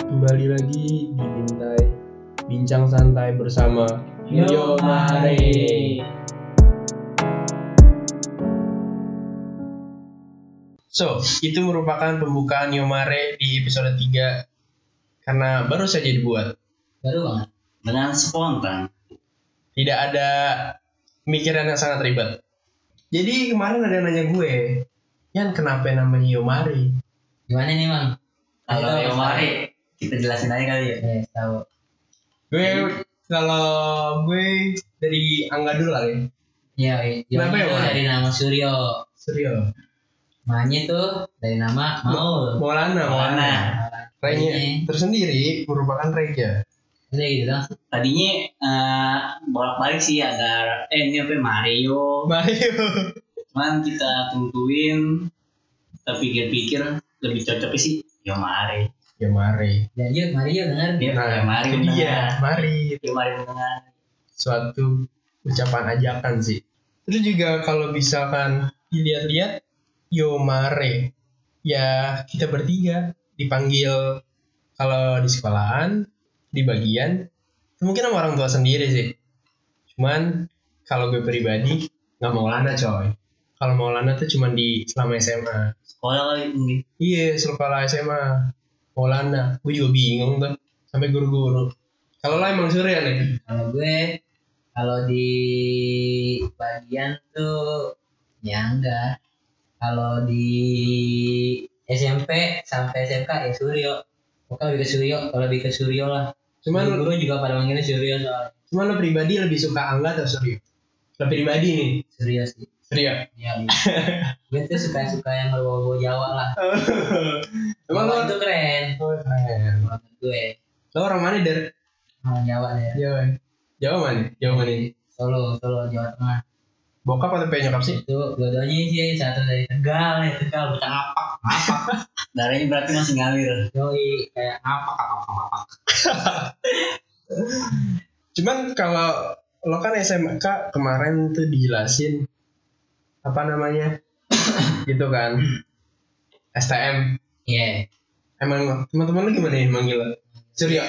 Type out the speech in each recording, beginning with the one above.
Kembali lagi di Bintai Bincang Santai bersama Yo Mare. So, itu merupakan pembukaan Yo Mare di episode 3 karena baru saja dibuat. Baru banget. Dengan spontan. Tidak ada pemikiran yang sangat ribet. Jadi kemarin ada yang nanya gue, Yan kenapa namanya Yo Mare? Gimana nih, Bang? Kalau Yo Mare kita jelasin aja kali ya. Tahu. Kalau gue dari Angga dulu kali. Iya, Kenapa ya, Bang? dari nama Suryo. Suryo. Manya tuh dari nama Maul. Maulana. Raynya tersendiri merupakan Reja. Udah gitu dong. Tadinya bolak-balik sih agar ini apa Mario. Cuman kita tentuin, kita pikir-pikir lebih cocoknya sih Yo Mare. Yo Mare. Dan yuk, Mario dengar. Yo Mare itu dia. Mari. Yo Mare mendengar. Suatu ucapan ajakan sih. Terus juga kalau misalkan dilihat-lihat Yo Mare, ya kita bertiga dipanggil kalau di sekolahan, di bagian, mungkin sama orang tua sendiri sih. Cuman kalau gue pribadi nggak mau Maulana coy. Kalau Maulana tuh cuman di selama SMA. Sekolah kali ini. Iya, sekolah SMA. Maulana, gue juga bingung tuh sampai guru-guru. Kalau lo emang Surya nih? Kalau di bagian tuh ya enggak. Kalau di SMP sampai SMK ya Suryo. Pokoknya lebih ke Suryo lah. Cuman guru juga pada manggilnya Suryo soalnya. Cuman lo pribadi lebih suka Angga atau Suryo? Lo pribadi nih? Suryo sih. Suryo? Iya. Gue tuh suka yang berbau Jawa lah. Emang lo itu keren. keren. Menurut gue. Lo orang mana Der? Orang Jawa deh. Jawa mana? Jawa mana? Solo Jawa Tengah. Bokap atau penyokap sih? Itu dua-duanya sih, satu dari Tegal bocah ngapak. Darahnya berarti masih ngalir. Yoi, kayak ngapak. Cuman kalau lo kan SMK kemarin tuh dijelasin apa namanya gitu kan STM. Iya. Emang teman-teman lo gimana nih manggil lo? Suryo.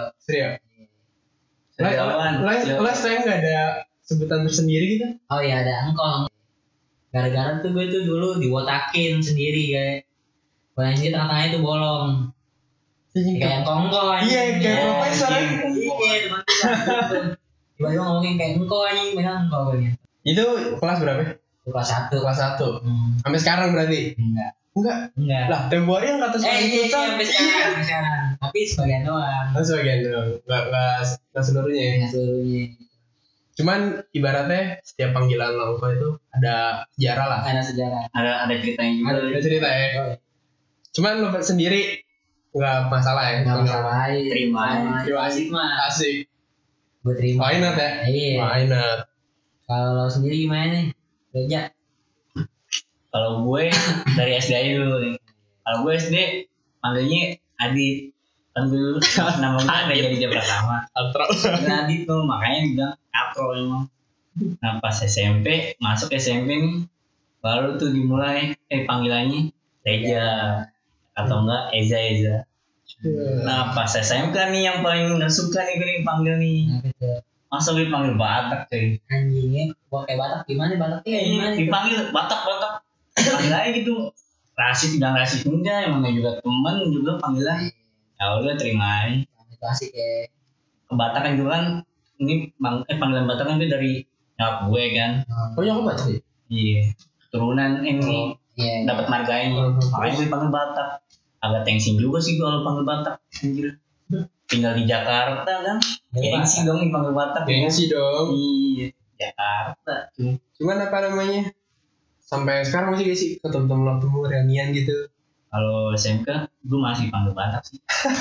Lo STM nggak ada sebutan tersendiri gitu? Oh iya ada engkong. Gara-gara tuh gue tuh dulu dibotakin sendiri kayak. Banyak tengah-tengahnya tuh bolong. Kayak engkong anjing. Iya kayak profesor. Iya teman-teman. Tiba-tiba ngomongin kayak engkong anjing, benar engkong gue. Itu kelas berapa? Kelas 1. Kelas 1. Sampai sekarang berarti? Enggak. Lah, tempo hari yang kata iya, sampai sekarang. Tapi sebagian doang. Sebagian doang. Enggak seluruhnya. Enggak seluruhnya. Cuman ibaratnya setiap panggilan Langko itu ada sejarah lah. Ada sejarah. Ada ceritanya juga. Ada cerita ya. Cuman lo sendiri enggak masalah ya. Enggak masalah. Terima asik mah. Asik. Gue terima. Why not ya? Iya. Why not? Kalau sendiri gimana nih? Reja. Kalau gue dari SD aja dulu nih. Kalau gue SD panggilnya Adit. Panggil nama gue ada jadi jam pertama. Atro. Adit tuh makanya bilang Atro emang. Nah pas SMP masuk SMP nih baru tuh dimulai panggilannya Reja atau enggak Eza. Nah pas SMP nih yang paling gak suka nih gue panggil nih. Masa gue panggil Batak cuy. Anjingnya pakai Batak gimana Bataknya gimana? Dipanggil Batak. Panggil aja gitu. Rasis bilang rasis enggak, emangnya juga teman juga panggilan. Ya udah terima aja. Itu asik ya. Ke Batak kan juga kan ini panggilan Batak kan itu dari nyokap gue kan. Oh nyokap Batak ya? Iya. Keturunan ini dapat marganya. Makanya gue panggil Batak. Agak tensin juga sih kalau panggil Batak. Anjir. Tinggal di Jakarta kan. Gengsi dong dipanggil Batak. Gengsi dong. Iya. Jakarta. Cuman apa namanya? Sampai sekarang masih gak sih ketemu reunian gitu? Kalau SMK gue masih panggil Batak sih.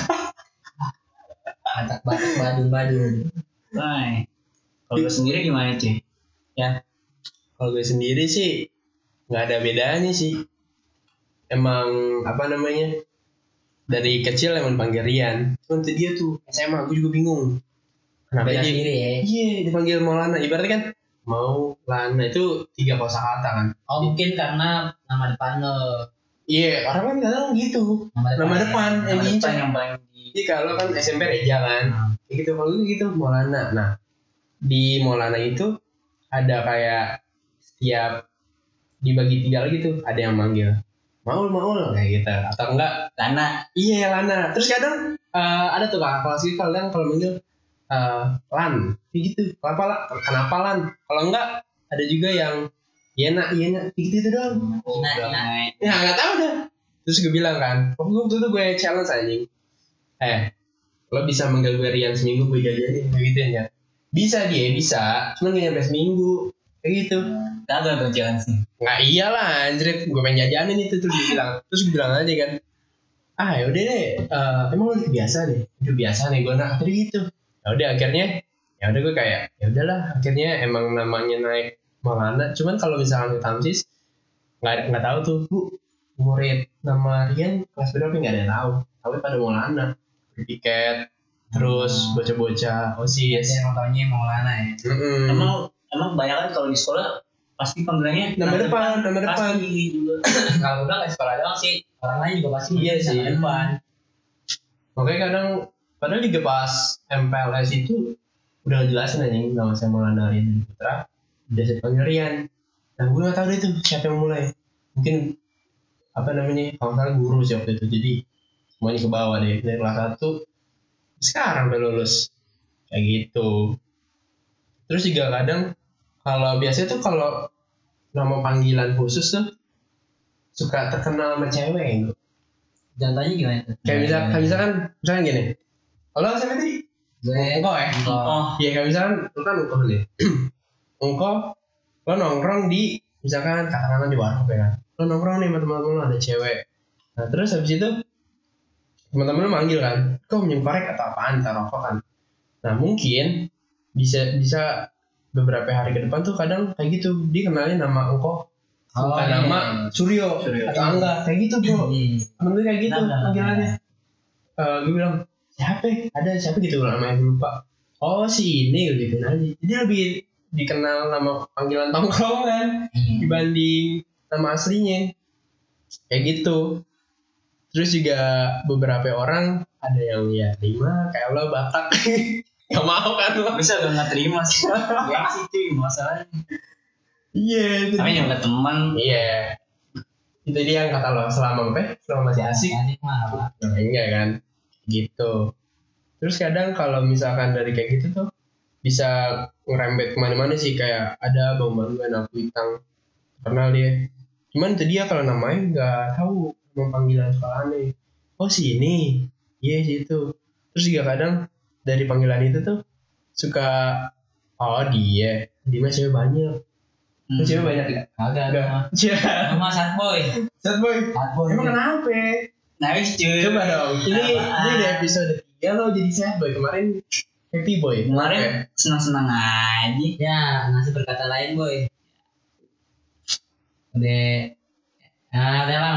Batak Badung. Bye. Kalau gue sendiri gimana sih? Ya. Kalau gue sendiri sih nggak ada bedanya sih. Emang apa namanya? Dari kecil emang panggil Rian. Cuman dia tuh SMA gue juga bingung. Kenapa Beda dia? sendiri ya? Iya dipanggil Maulana. Ibaratnya kan Maulana itu 3 kosakata kan. Oh mungkin karena nama depan lo. Iya, orang kan kadang gitu. Nama depan yang diincar. yang paling di Jadi kalau kan SMP Reja kan, kayak gitu. Kalau gue gitu Maulana. Nah di Maulana itu ada kayak setiap dibagi 3 lagi tuh, ada yang manggil Maul kayak gitu, atau enggak Lana. iya Lana. Terus kadang ada tuh kakak kelas kita kadang kalau manggil Lan kayak gitu. Kenapa Lan? Kalau enggak ada juga yang Yena kayak gitu doang. Ya nggak tahu dah. Terus gue bilang kan, waktu itu gue challenge anjing. Lo bisa manggil gue Rian seminggu gue jajanin kayak gitu ya. Bisa dia bisa, cuma nggak nyampe seminggu kayak gitu. Kagak dong challenge nih. Nggak iyalah anjir, gue pengen jajanin itu terus dia bilang. Terus gue bilang aja kan, yaudah deh, emang lo biasa deh, udah biasa nih gue nak tadi gitu. Ya udah akhirnya, ya udah gue kayak, ya udahlah akhirnya emang namanya naik Maulana. Cuman kalau misalkan ke Tamsis, nggak tahu tuh bu, murid nama Rian kelas berapa nggak ada yang tahu. Tapi pada Maulana, tiket, terus bocah-bocah OSIS. Yang taunya Maulana ya. Emang kebanyakan kalau di sekolah pasti panggilannya Nama depan. Pasti juga. Kalau udah nggak sekolah doang sih, orang lain juga pasti Iya sih. nama depan. Makanya kadang, padahal juga pas MPLS itu udah ngejelasin aja nama saya Maulana Rian Putra, udah saya panggil Rian. Nah gue nggak tahu deh tuh siapa yang mulai. Mungkin apa namanya, kalau salah guru sih waktu itu. Jadi semuanya ke bawah deh dari kelas 1 sekarang udah lulus kayak gitu. Terus juga kadang kalau biasanya tuh kalau nama panggilan khusus tuh suka terkenal sama cewek gitu. Contohnya gimana tuh? Kayak misalkan gini. Kalau siapa tadi? Engko ya. Iya kayak misalkan lu kan engko nih. Engko lo nongkrong di misalkan katakanlah di warung ya kan. Lo nongkrong nih sama teman-teman lo ada cewek. Nah terus habis itu teman-teman lo manggil kan, kok minum korek atau apaan, taruh rokok kan. Nah mungkin bisa beberapa hari ke depan tuh kadang kayak gitu dia kenalin nama engkau bukan nama Suryo atau Angga kayak gitu bro. Temen gue kayak gitu panggilannya. Gue bilang siapa gitu namanya gue lupa. Oh si ini gitu aja. Jadi lebih dikenal nama panggilan tongkrongan dibanding nama aslinya kayak gitu. Terus juga beberapa orang ada yang ya terima kayak lo Batak. Gak mau kan lo? Bisa gak terima sih. Gengsi cuy masalahnya. Iya itu. Tapi juga teman. Iya. Itu dia yang kata lo selama masih asik. Enggak kan? Gitu. Terus kadang kalau misalkan dari kayak gitu tuh bisa ngerembet kemana-mana sih, kayak ada bang gue anak Kuitang kenal dia. Cuman itu dia kalau namanya nggak tahu nama panggilan sekolahnya. Oh si ini, iya sih itu. Terus juga kadang dari panggilan itu tuh suka dia masih banyak. Cewek banyak gak? Agak. Nama Satboy. Emang kenapa? Nice cuy. Coba dong. Ini di episode 3 lo jadi Satboy. Kemarin Happy Boy. Kemarin senang-senang aja. Ya, ngasih berkata lain boy. Udah lah.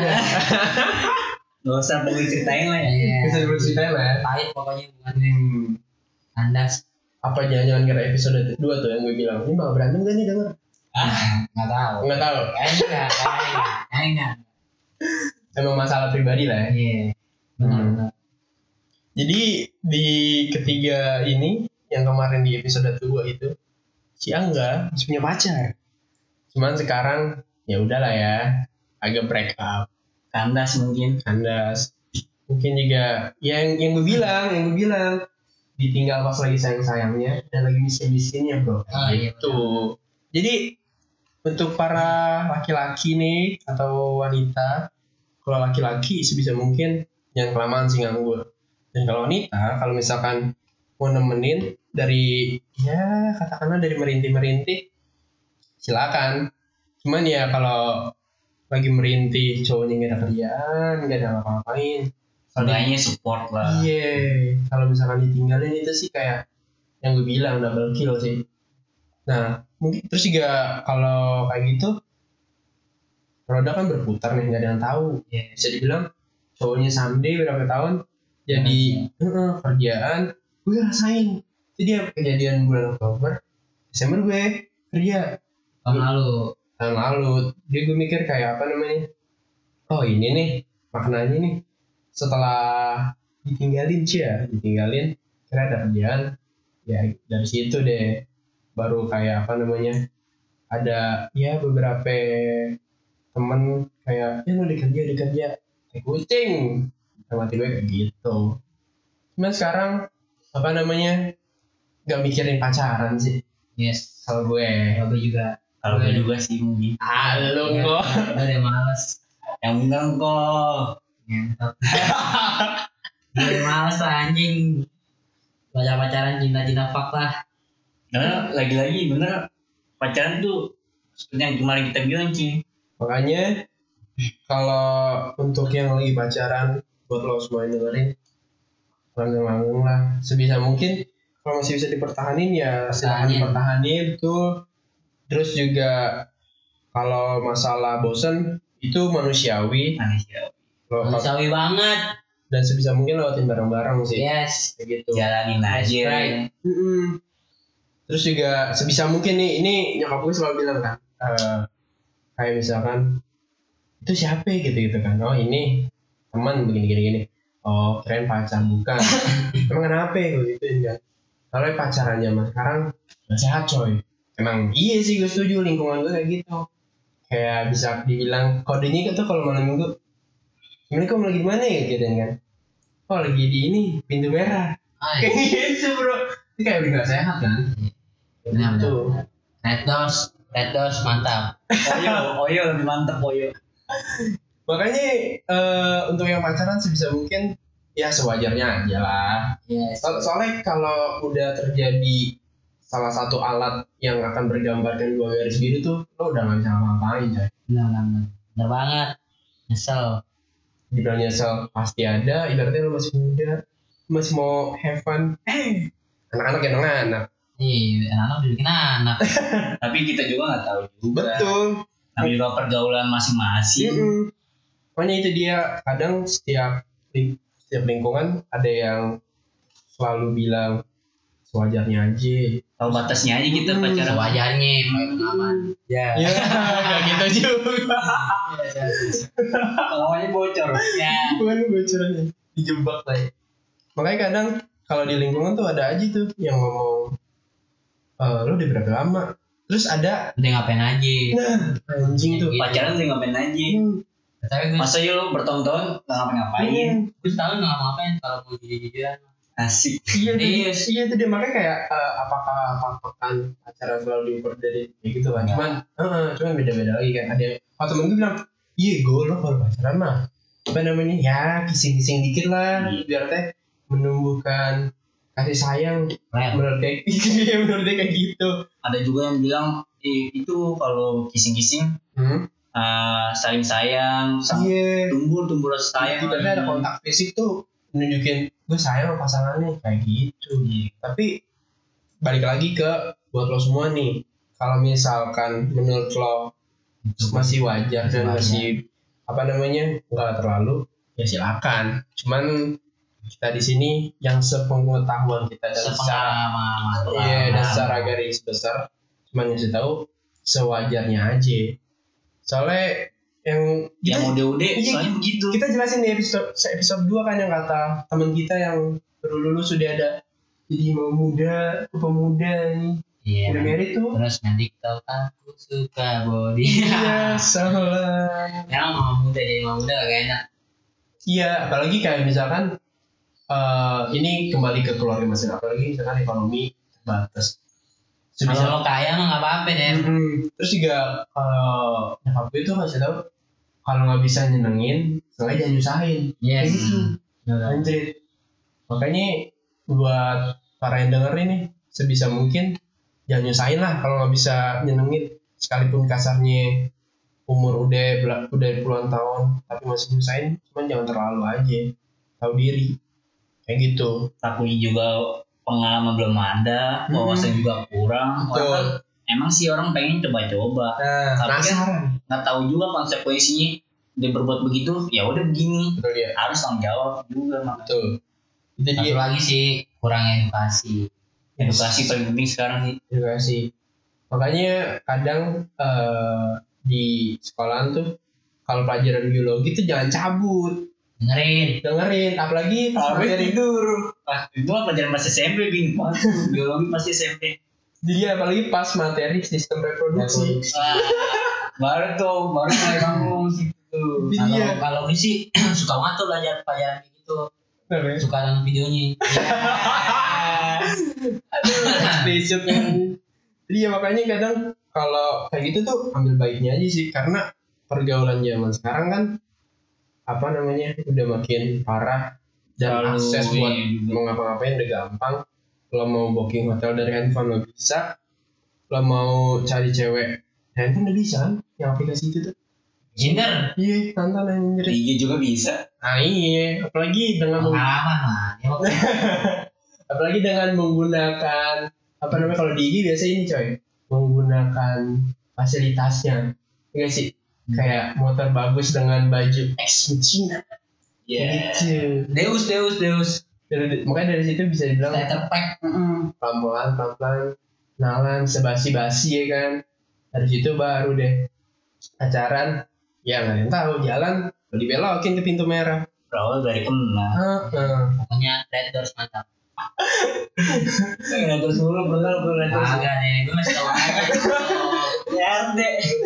Gak usah perlu ceritain lah ya. Bisa diceritain lah. Pahit pokoknya bukan. Kandas. Apa jangan-jangan kira episode 2 tuh yang gue bilang ini bakal berantem gak nih denger? Nggak tahu. Kayaknya. Emang masalah pribadi lah ya. Iya. Benar. Jadi di ketiga ini yang kemarin di episode 2 itu si Angga masih punya pacar. Cuman sekarang ya udahlah ya, agak break up. Kandas. Mungkin juga yang gue bilang ditinggal pas lagi sayang-sayangnya dan lagi miskin-miskinnya bro. Gitu. Jadi untuk para laki-laki nih atau wanita, kalau laki-laki sebisa mungkin jangan kelamaan sih nganggur. Dan kalau wanita, kalau misalkan mau nemenin dari ya katakanlah dari merintih-merintih, silakan. Cuman ya kalau lagi merintih cowoknya nggak ada kerjaan, nggak ada apa-apain, seenggaknya support lah. Iya, kalau misalkan ditinggalin itu sih kayak yang gue bilang double kill sih. Nah, mungkin terus juga kalau kayak gitu roda kan berputar nih, nggak ada yang tahu. Bisa dibilang cowoknya someday berapa tahun jadi kerjaan gue rasain. Jadi dia kejadian bulan Oktober, Desember gue kerja tahun lalu. Dia gue mikir kayak apa namanya? Oh ini nih maknanya nih. Setelah ditinggalin kira ada kerjaan ya. Dari situ deh baru kayak apa namanya, ada ya beberapa temen kayak ya lu dikerja kayak kucing sama tiba kayak gitu. Cuman sekarang apa namanya nggak mikirin pacaran sih Yes. kalau gue. Kalau gue juga. Kalau gue juga sih mungkin. Lu kok Udah males. Yang bener kok. Ngentot. Udah males lah anjing. Pacaran cinta fuck lah. Karena lagi-lagi bener pacaran tuh seperti yang kemarin kita bilang sih. makanya kalau untuk yang lagi pacaran buat lo semua yang dengerin langgeng-langgeng lah sebisa mungkin. Kalau masih bisa dipertahanin ya silahkan dipertahanin tuh. Terus juga kalau masalah bosen itu manusiawi. Manusiawi banget. Dan sebisa mungkin lewatin bareng-bareng sih. Yes. Kayak gitu. Jalanin aja. Right. Terus juga sebisa mungkin nih, ini nyokap gue selalu bilang kan, kayak misalkan itu siapa gitu kan? Oh ini teman begini. Oh keren pacar bukan? Emang kenapa gue gituin kan? Kalau pacaran zaman sekarang nggak sehat coy. Emang iya sih gue setuju, lingkungan gue kayak gitu. Kayak bisa dibilang kodenya itu kalau malam minggu, Assalamualaikum lagi di mana ya gitu kan? Oh lagi di ini pintu merah. Kayak gitu bro. Ini kayak udah nggak sehat kan? Benar. Gitu. Red Doors mantap. Oyo lebih mantep Oyo. Makanya untuk yang pacaran sebisa mungkin ya sewajarnya aja lah. Yes. Soalnya kalau udah terjadi salah satu alat yang akan bergambarkan 2 garis biru tuh lo udah nggak bisa ngapa-ngapain coy. Benar banget. Nyesel. Dibilang nyesel pasti ada. Ibaratnya lo masih muda, masih mau have fun. Anak-anak yang anak. Nih, anak-anak udah bikin anak. Tapi kita juga nggak tahu juga. Betul. Tapi juga pergaulan masing-masing. Makanya itu dia kadang setiap lingkungan ada yang selalu bilang sewajarnya aja. Tahu batasnya aja kita pacaran. Sewajarnya, aman. Ya nggak gitu juga. Awalnya bocor. Ya. Bukan bocorannya dijebak lah ya. Makanya kadang kalau di lingkungan tuh ada aja tuh yang ngomong lu udah berapa lama, terus ada Udah ngapain aja. nah anjing tuh Gitu. Pacaran udah ngapain aja. Tapi gue Masa ya lo bertahun-tahun nggak ngapa-ngapain. setahun nggak ngapain kalau mau jujur-jujuran. Asik. iya tuh dia makanya kayak apakah patokan pacaran selalu diukur dari kayak gitu kan. Cuman beda-beda lagi kan. Ada temen gue bilang iya gue lo kalau pacaran mah apa namanya ya kissing dikit lah biar teh menumbuhkan kasih sayang. Menurut dia kayak gitu. Ada juga yang bilang itu kalau kissing saling sayang, tumbuh rasa sayang. Tiba-tiba ada kontak fisik tuh nunjukin gue sayang sama pasangannya kayak gitu. Tapi balik lagi ke buat lo semua nih, kalau misalkan menurut lo masih wajar dan masih apa namanya nggak terlalu ya silakan. Cuman kita di sini yang sepengetahuan kita dan secara garis besar cuma ngasih tahu sewajarnya aja. Soalnya yang udah soalnya begitu. Kita jelasin di episode 2 kan yang kata teman kita yang baru lulus sudah ada jadi pemuda nih. Iya. Udah married tuh. Terus nanti tahu aku suka body. Iya, salah. Yang mau muda jadi mau muda gak enak. Iya, apalagi kayak misalkan ini kembali ke keluarga masing-masing. Apalagi misalkan ekonomi terbatas. Kalau lo kaya mah nggak apa-apa deh. Terus juga kalau nyokap gue tuh ngasih tahu kalau nggak bisa nyenengin, soalnya jangan nyusahin. Kayak gitu. Anjir. Makanya buat para yang dengerin nih, sebisa mungkin jangan nyusahin lah kalau nggak bisa nyenengin. Sekalipun kasarnya umur udah puluhan tahun, tapi masih nyusahin, cuman jangan terlalu aja. Tahu diri. Kayak gitu. Takutnya juga pengalaman belum ada, wawasan juga kurang. Orang emang sih orang pengen coba-coba, tapi kan nggak tahu juga konsekuensinya dia berbuat begitu. Ya udah begini, harus tanggung jawab juga. Betul. Itu satu lagi sih kurang edukasi. Edukasi paling penting sekarang sih. Edukasi. Makanya kadang di sekolahan tuh kalau pelajaran biologi tuh jangan cabut. dengerin. Apalagi pas Tapi materi tidur. Itu mah pelajaran pas SMP gini. Biologi pasti SMP. dia, apalagi pas materi sistem reproduksi. Baru mulai bangun gitu. Iya. Kalau ini sih suka banget tuh belajar pelajaran kayak gitu. Nah, Suka nonton videonya. explicit kan. Iya, makanya kadang kalau kayak gitu tuh ambil baiknya aja sih, karena pergaulan zaman sekarang kan apa namanya udah makin parah dan Terlalu akses buat ini juga. mau ngapa-ngapain udah gampang. Lo mau booking hotel dari handphone lo bisa, lo mau cari cewek handphone udah bisa kan, yang aplikasi itu tuh. Tinder. Iya, nonton anjir. Iya juga bisa. Nah iya, apalagi dengan Pengalaman lah. Ya, apalagi dengan menggunakan apa namanya, kalau di IG biasa ini coy, menggunakan fasilitasnya, enggak sih, kayak motor bagus dengan baju Ex Machina gitu. Deus. Makanya dari situ bisa dibilang Starter pack. pelan-pelan kenalan sebasi-basi ya kan. Dari situ baru deh pacaran, ya nggak ada yang tahu, jalan dibelokin ke pintu merah. Berawal dari kenal. Pokoknya red doors mantap. Red doors dulu, bener Red doors. Agak nih, gue masih tau aja. RD.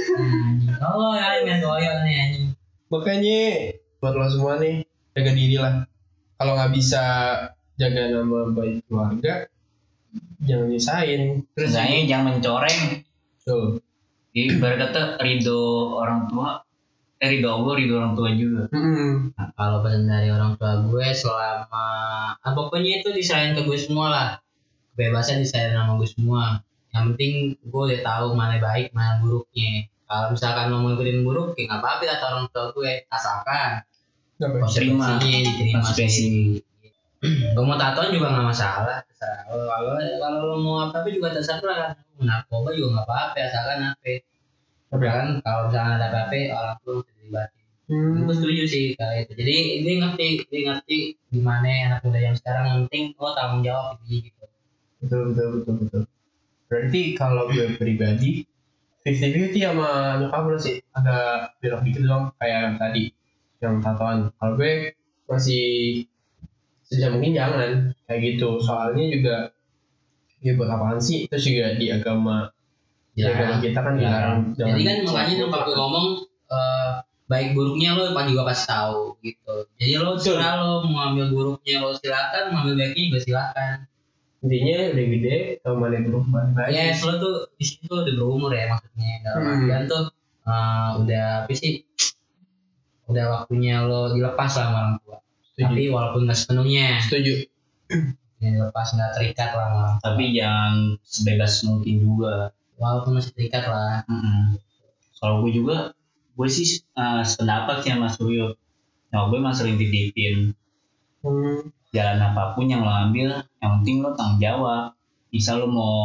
Oh, ya main goyang nih anjing. Makanya buat lo semua nih, jaga diri lah. Kalau nggak bisa jaga nama baik keluarga, jangan nyusahin. Terus jangan mencoreng. Tuh. Ibarat kata ridho orang tua, ridho Allah, ridho orang tua juga. Nah, kalau pesan dari orang tua gue selama pokoknya itu diserahin ke gue semua lah, kebebasan diserahin sama gue semua. Yang penting gue udah tahu mana baik mana buruknya. Kalau misalkan mau ngikutin buruk ya nggak apa-apa kata orang tua gue, asalkan konsekuensinya diterima sih. Gue mau tatoan juga nggak masalah. Kalau lo mau apa juga terserah. Mau narkoba juga nggak apa-apa asalkan apa. Kan kalau misalnya ada apa-apa orang tua mesti dilibatin. Gue setuju sih kayak itu. Jadi dia ngerti gimana anak muda yang sekarang, yang penting lo tanggung jawab gitu. Betul. Berarti kalau gue pribadi 50-50 sama nyokap lo sih, agak belok dikit doang kayak tadi yang tatoan. Kalau gue masih sebisa mungkin jangan kayak gitu, soalnya juga ya buat apaan sih, terus juga di agama kita kan dilarang. Jadi kan makanya nyokap gue ngomong baik buruknya lo juga pasti tahu gitu. Jadi lo serah lo mau ambil buruknya lo silakan, mau ambil baiknya juga silakan. Intinya udah gede, tau mana buruk mana baik. Ya yes, lo tuh di situ udah berumur ya maksudnya. Dalam artian tuh udah apa sih? Udah waktunya lo dilepas lah sama orang tua. Tapi walaupun nggak sepenuhnya. Setuju. Ya dilepas, nggak terikat lah sama orang tua. Tapi jangan sebebas mungkin juga. Walaupun masih terikat lah. Kalau gue juga, gue sih sependapat sih sama Suryo. Nah, gue emang sering titipin jalan apapun yang lo ambil, yang penting lo tanggung jawab. Misal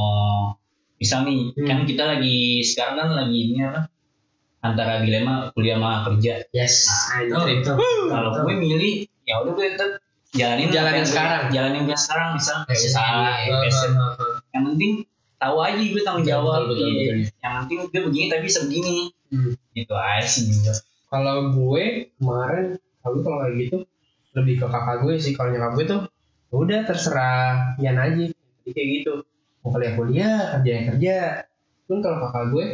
nih, kan kita sekarang kan lagi ini apa? Antara dilema kuliah sama kerja. Yes. Nah, itu. Kalau gue milih, ya udah gue tetap jalanin yang sekarang, misal kayak usaha, yang penting tahu aja gue tanggung jawab. Betul. Yang penting gue begini tapi sebegini. Gitu aja sih juga. Kalau gue kemarin, kalau kayak gitu lebih ke kakak gue sih. Kalau nyokap gue tuh udah terserah Yan aja, jadi kayak gitu, mau kuliah kerja. Pun kalau kakak gue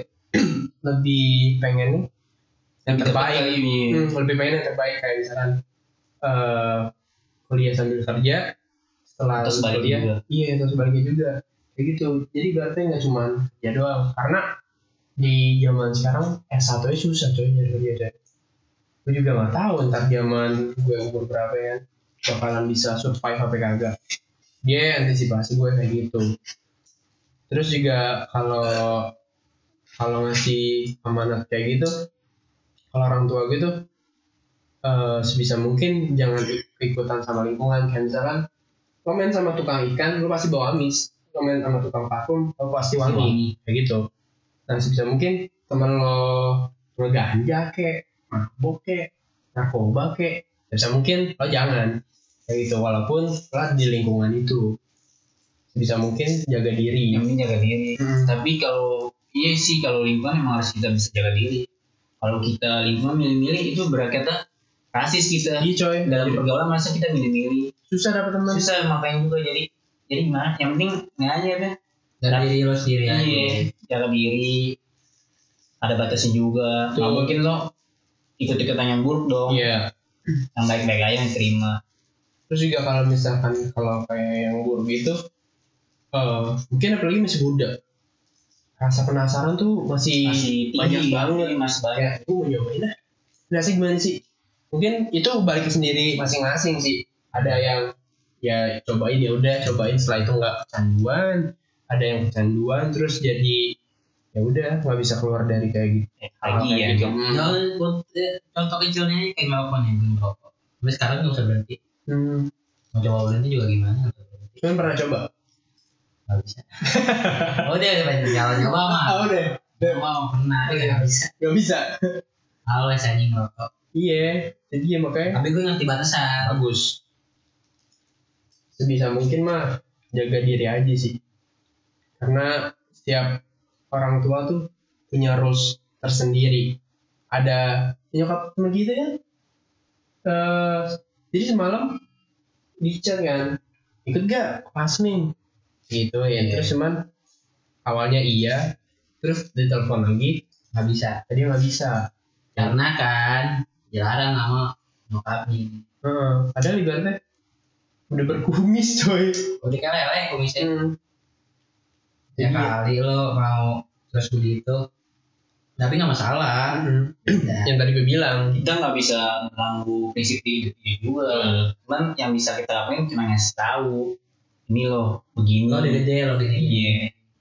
lebih pengen yang terbaik, lebih pengen yang terbaik, kayak misalkan kuliah sambil kerja, setelah kuliah terus sebaliknya juga kayak gitu. Jadi berarti nggak cuma kerja doang, karena di zaman sekarang S1 nya susah coy nyari kerja. Gue juga nggak tahu ntar zaman gue umur berapa ya bakalan bisa survive apa kagak. Dia antisipasi gue kayak gitu. Terus juga kalau ngasih amanat kayak gitu, kalau orang tua gue tuh sebisa mungkin jangan ikutan sama lingkungan. Kayak misalkan lo main sama tukang ikan, lo pasti bawa amis. Lo main sama tukang parfum, lo pasti wangi kayak gitu. Dan sebisa mungkin teman lo ngeganja kek, mabok kek, narkoba kek, sebisa mungkin lo jangan kayak gitu. Walaupun lo di lingkungan itu, sebisa mungkin jaga diri. Yang penting jaga diri. Tapi kalau lingkungan emang harus kita bisa jaga diri. Kalau kita lingkungan milih-milih itu berarti rasis kita Iya coy. dalam pergaulan, masa kita milih-milih, Susah dapat teman. susah makanya juga jadi gimana, yang penting nggak aja kan Dari diri lo sendiri aja. iya, jaga diri, ada batasnya juga. Nggak Betul. mungkin lo ikut-ikutan yang buruk dong, Iya. yang baik-baik aja yang terima. Terus juga kalau misalkan kalau kayak yang buruk itu, mungkin apalagi masih muda, rasa penasaran tuh masih banyak tinggi, banget. masih banyak. Kayak gue mau nyobain lah. Rasanya gimana sih? Mungkin itu balik ke sendiri masing-masing sih. Ada yang ya cobain ya udah cobain, setelah itu nggak kecanduan. Ada yang kecanduan terus jadi ya udah nggak bisa keluar dari kayak gitu. Lagi Kayak ya gitu. Contoh kecilnya kayak ngerokok nih, belum ngerokok. Tapi sekarang nggak usah berhenti. Hmm. Mau coba berhenti juga gimana? Nggak usah berhenti. Cuman pernah coba. Nggak bisa. Oh dia pengen nyoba mah. Udah. Nyoba mah pernah, tapi nggak bisa. Nggak bisa. Awas anjing ngerokok. Iya. Jadi ya makanya Tapi gue ngerti batasan. bagus. Sebisa mungkin mah jaga diri aja sih. Karena setiap orang tua tuh punya rules tersendiri. Ada nyokap temen kita kan, jadi semalam di chat kan, ikut gak pasming gitu ya. Terus cuman awalnya iya, terus ditelepon lagi Nggak bisa. tadi nggak bisa. Karena kan dilarang sama nyokapnya. Padahal ibaratnya udah berkumis coy. Udah kan lele kumisnya. Ya Jadi kali lo mau terus begitu. Tapi nggak masalah. Ya. yang tadi gue bilang, Kita nggak bisa mengganggu prinsip hidup dia juga. Cuman yang bisa kita lakuin cuma ngasih tahu, ini loh begini. Lo udah gede lo gini. Iya.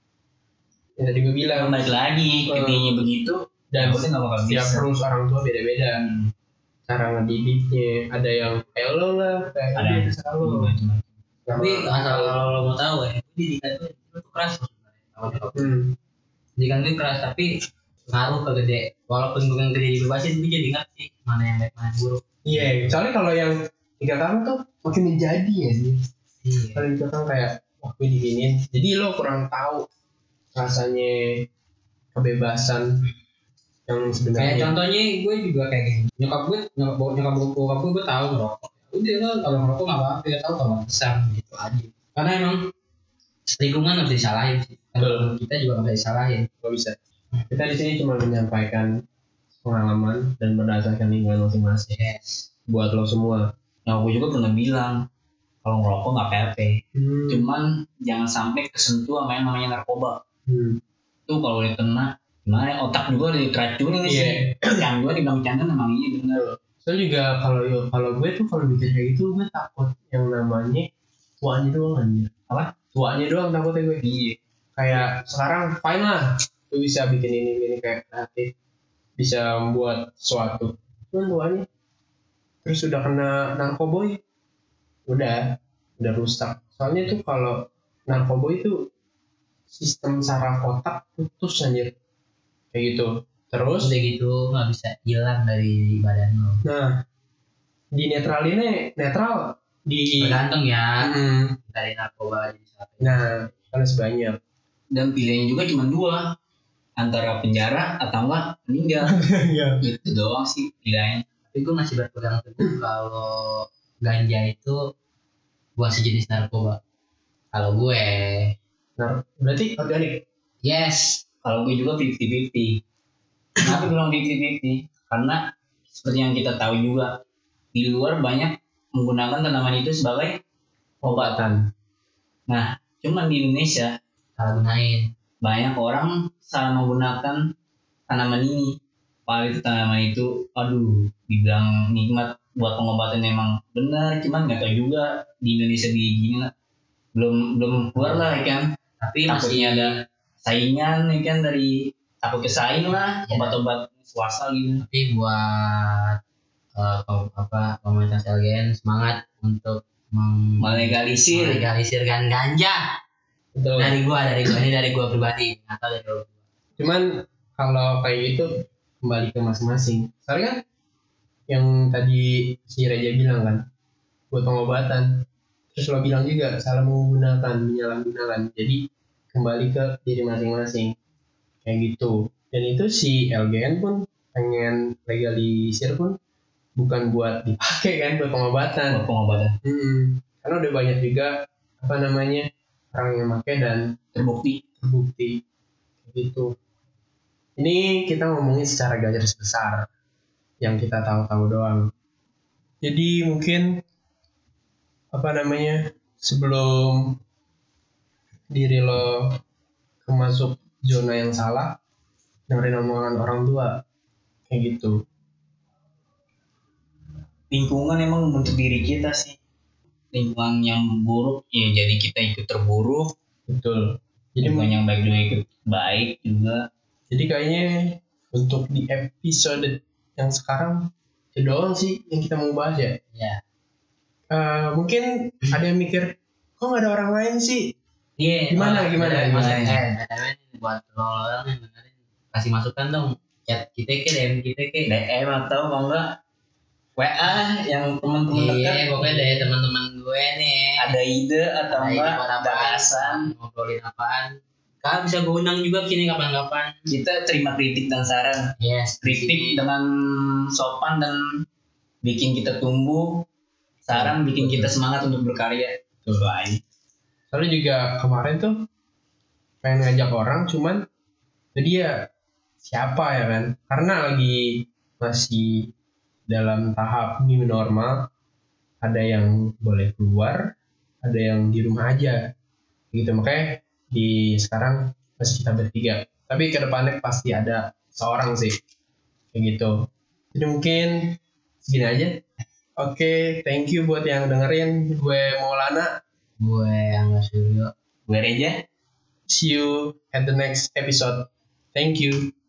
yang tadi gue bilang, Balik lagi intinya begitu. dan Pasti nggak bakal setiap bisa. rules orang tua beda-beda. Cara ngedidiknya ada yang kayak lo lah, kayak Ada yang terserah lo. Tapi asal kalau lo mau tahu ya, didikan itu keras loh sebenarnya. Sama nyokap. Didikan itu keras tapi ngaruh ke gede. Walaupun bukan gede dibebasin, tapi jadi ngerti mana yang baik mana yang buruk. Iya, soalnya kalau yang 3 tahun tuh makin menjadi ya sih. Iya. Kalau 3 tahun kayak wah gue diginiin, jadi lo kurang tahu rasanya kebebasan yang Kayak sebenarnya. contohnya gue juga kayak gini. Nyokap bokap gue tahu ngerokok. Udah lo kalau ngerokok nggak apa-apa, ya tahu kalau besar gitu aja. Karena emang lingkungan nggak bisa disalahin sih. Kalau kita juga nggak bisa disalahin. Gak bisa. Kita di sini cuma menyampaikan pengalaman dan berdasarkan lingkungan masing-masing. Yes. Buat lo semua. Nah, aku juga pernah bilang kalau ngerokok nggak apa-apa. Cuman jangan sampai kesentuh sama yang namanya narkoba. Tuh kalau udah kena, gimana ya, otak juga udah diracunin Iya. sih. Yang gue dibilang bercanda memang iya benar. Soalnya juga kalau gue tuh kalau mikir kayak gitu gue takut yang namanya tuanya doang anjir. Apa? Tuanya doang takutnya gue. Iya. Kayak sekarang fine lah, gue bisa bikin ini kayak kreatif, bisa membuat sesuatu. Cuman tuanya terus udah kena narkoboy, udah rusak. Soalnya tuh kalau narkoboy itu sistem saraf otak putus anjir kayak gitu. Terus Udah gitu nggak bisa hilang dari badan lo. nah di netral di Tergantung ya Mm. dari narkoba jadi satu. Nah kan sebanyak. Dan pilihannya juga cuma dua, antara penjara atau enggak meninggal. Iya. Itu doang sih pilihannya. Tapi gue masih berpegang teguh kalau ganja itu bukan sejenis narkoba. Kalau gue, Nah berarti organik. yes. Kalau gue juga 50-50. Kenapa bilang 50-50? Karena seperti yang kita tahu juga, di luar banyak menggunakan tanaman itu sebagai Obatan. Nah, cuman di Indonesia Salah gunain. banyak orang salah menggunakan tanaman ini. Padahal itu tanaman itu, aduh, dibilang nikmat buat pengobatan memang benar, cuman nggak tahu juga di Indonesia di gini lah. Belum keluar lah ya kan. Tapi Takutnya masih ada saingan ya kan, dari takut kesaing lah Ya. obat-obat swasta gitu. tapi buat komunitas LGN semangat untuk melegalisirkan ganja. Betul. Dari gua pribadi, atau dari lo. Cuman kalau kayak gitu kembali ke masing-masing. Soalnya kan yang tadi si Reja bilang kan buat pengobatan. Terus lo bilang juga salah menggunakan, menyalahgunakan. Jadi kembali ke diri masing-masing. Kayak gitu. Dan itu si LGN pun pengen legalisir pun bukan buat dipakai kan, buat pengobatan. Buat pengobatan Karena udah banyak juga orang yang pakai dan terbukti. gitu. Ini kita ngomongin secara garis besar yang kita tahu-tahu doang. Jadi mungkin sebelum diri lo masuk zona yang salah, dengerin omongan orang tua kayak gitu. Lingkungan emang membentuk diri kita sih. Lingkungan yang buruk ya jadi kita ikut terburuk. Betul. Jadi Lingkungan yang baik juga ikut baik juga. Jadi kayaknya untuk di episode yang sekarang itu doang sih yang kita mau bahas ya. Ya. Mungkin ada yang mikir, kok nggak ada orang lain sih? Iya. Gimana? Buat lo yang dengerin, kasih masukan dong. Chat kita ke DM kita ke. DM atau mau enggak WA yang teman-teman dekat. Iya, pokoknya dari teman-teman gue nih. Ada ide atau enggak bahasan, ngobrolin apaan. Kalian bisa gue undang juga sini kapan-kapan. Kita terima kritik dan saran. Yes. Kritik dengan sopan dan bikin kita tumbuh. Saran bikin kita semangat untuk berkarya. Cobain. Soalnya juga kemarin tuh pengen ngajak orang, cuman dia siapa ya kan? Karena lagi masih dalam tahap new normal. Ada yang boleh keluar, ada yang di rumah aja. Gitu, makanya di sekarang masih kita bertiga. Tapi ke depannya pasti ada seorang sih. Kayak gitu. Jadi mungkin segini aja. Oke, thank you buat yang dengerin. Gue Maulana. Gue Angga Suryo. Gue Reja. See you at the next episode. Thank you.